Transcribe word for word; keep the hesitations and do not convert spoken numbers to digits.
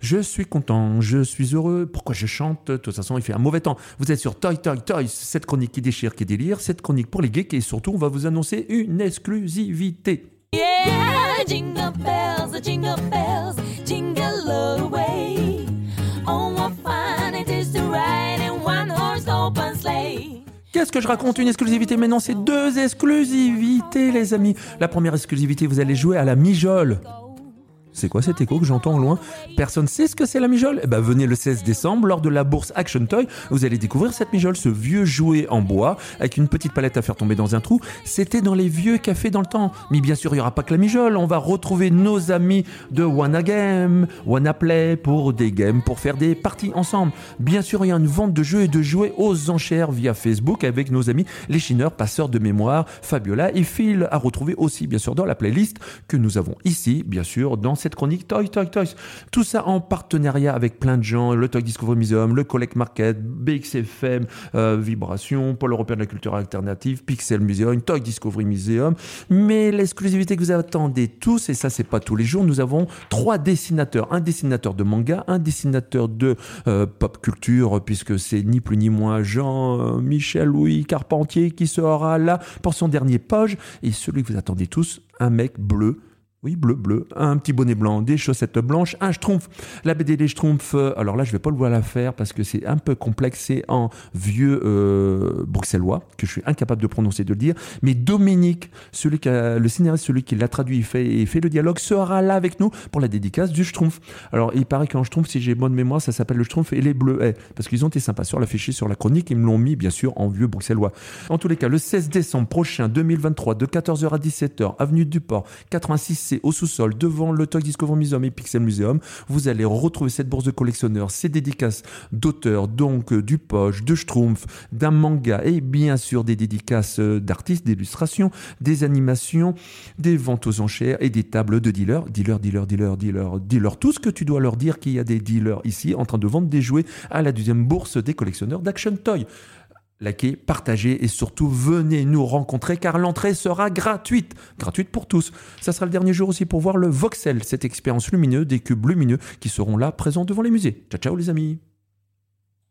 Je suis content, je suis heureux. Pourquoi je chante? De toute façon, il fait un mauvais temps. Vous êtes sur Toy Toy Toys, cette chronique qui déchire, qui délire, cette chronique pour les geeks et surtout, on va vous annoncer une exclusivité. Yeah, jingle bells, jingle bells, jingle all the way. Oh, what fun it is to ride in one horse open sleigh. Qu'est-ce que je raconte? Une exclusivité? Mais non, c'est deux exclusivités, les amis. La première exclusivité, vous allez jouer à la mijole. C'est quoi cet écho que j'entends au loin? Personne sait ce que c'est la mijole? Eh ben, venez le seize décembre, lors de la bourse Action Toy, vous allez découvrir cette mijole, ce vieux jouet en bois, avec une petite palette à faire tomber dans un trou. C'était dans les vieux cafés dans le temps. Mais bien sûr, il n'y aura pas que la mijole. On va retrouver nos amis de Wanna Game, Wanna Play, pour des games, pour faire des parties ensemble. Bien sûr, il y a une vente de jeux et de jouets aux enchères via Facebook avec nos amis les chineurs, passeurs de mémoire, Fabiola et Phil, à retrouver aussi, bien sûr, dans la playlist que nous avons ici, bien sûr, dans cette chronique Toy Toy Toys. Tout ça en partenariat avec plein de gens, le Toy Discovery Museum, le Collect Market, B X F M, euh, Vibration, Pôle européen de la culture alternative, Pixel Museum, Toy Discovery Museum. Mais l'exclusivité que vous attendez tous, et ça c'est pas tous les jours, nous avons trois dessinateurs. Un dessinateur de manga, un dessinateur de euh, pop culture, puisque c'est ni plus ni moins Jean-Michel Louis Carpentier qui sera là pour son dernier page. Et celui que vous attendez tous, un mec bleu. Oui, bleu, bleu, un petit bonnet blanc, des chaussettes blanches, un schtroumpf. La B D des schtroumpfs, alors là, je vais pas le voir la faire parce que c'est un peu complexe, c'est en vieux euh, bruxellois, que je suis incapable de prononcer, de le dire. Mais Dominique, celui qui a, le scénariste, celui qui l'a traduit et fait, et fait le dialogue, sera là avec nous pour la dédicace du schtroumpf. Alors, il paraît qu'en schtroumpf, si j'ai bonne mémoire, ça s'appelle le schtroumpf et les bleuets, parce qu'ils ont été sympas sur l'affiché, sur la chronique, ils me l'ont mis, bien sûr, en vieux bruxellois. En tous les cas, le seize décembre prochain, deux mille vingt-trois, de quatorze heures à dix-sept heures, avenue du Port, quatre-vingt-six C, au sous-sol, devant le Toy Discovery Museum et Pixel Museum, vous allez retrouver cette bourse de collectionneurs, ces dédicaces d'auteurs, donc du Poche, de Schtroumpf, d'un manga et bien sûr des dédicaces d'artistes, d'illustrations, des animations, des ventes aux enchères et des tables de dealers. Dealers, dealers, dealers, dealers, dealers. Tout ce que tu dois leur dire qu'il y a des dealers ici en train de vendre des jouets à la deuxième bourse des collectionneurs d'Action Toy. Likez, partagez et surtout venez nous rencontrer car l'entrée sera gratuite. Gratuite pour tous. Ça sera le dernier jour aussi pour voir le Voxel, cette expérience lumineuse des cubes lumineux qui seront là présents devant les musées. Ciao ciao les amis.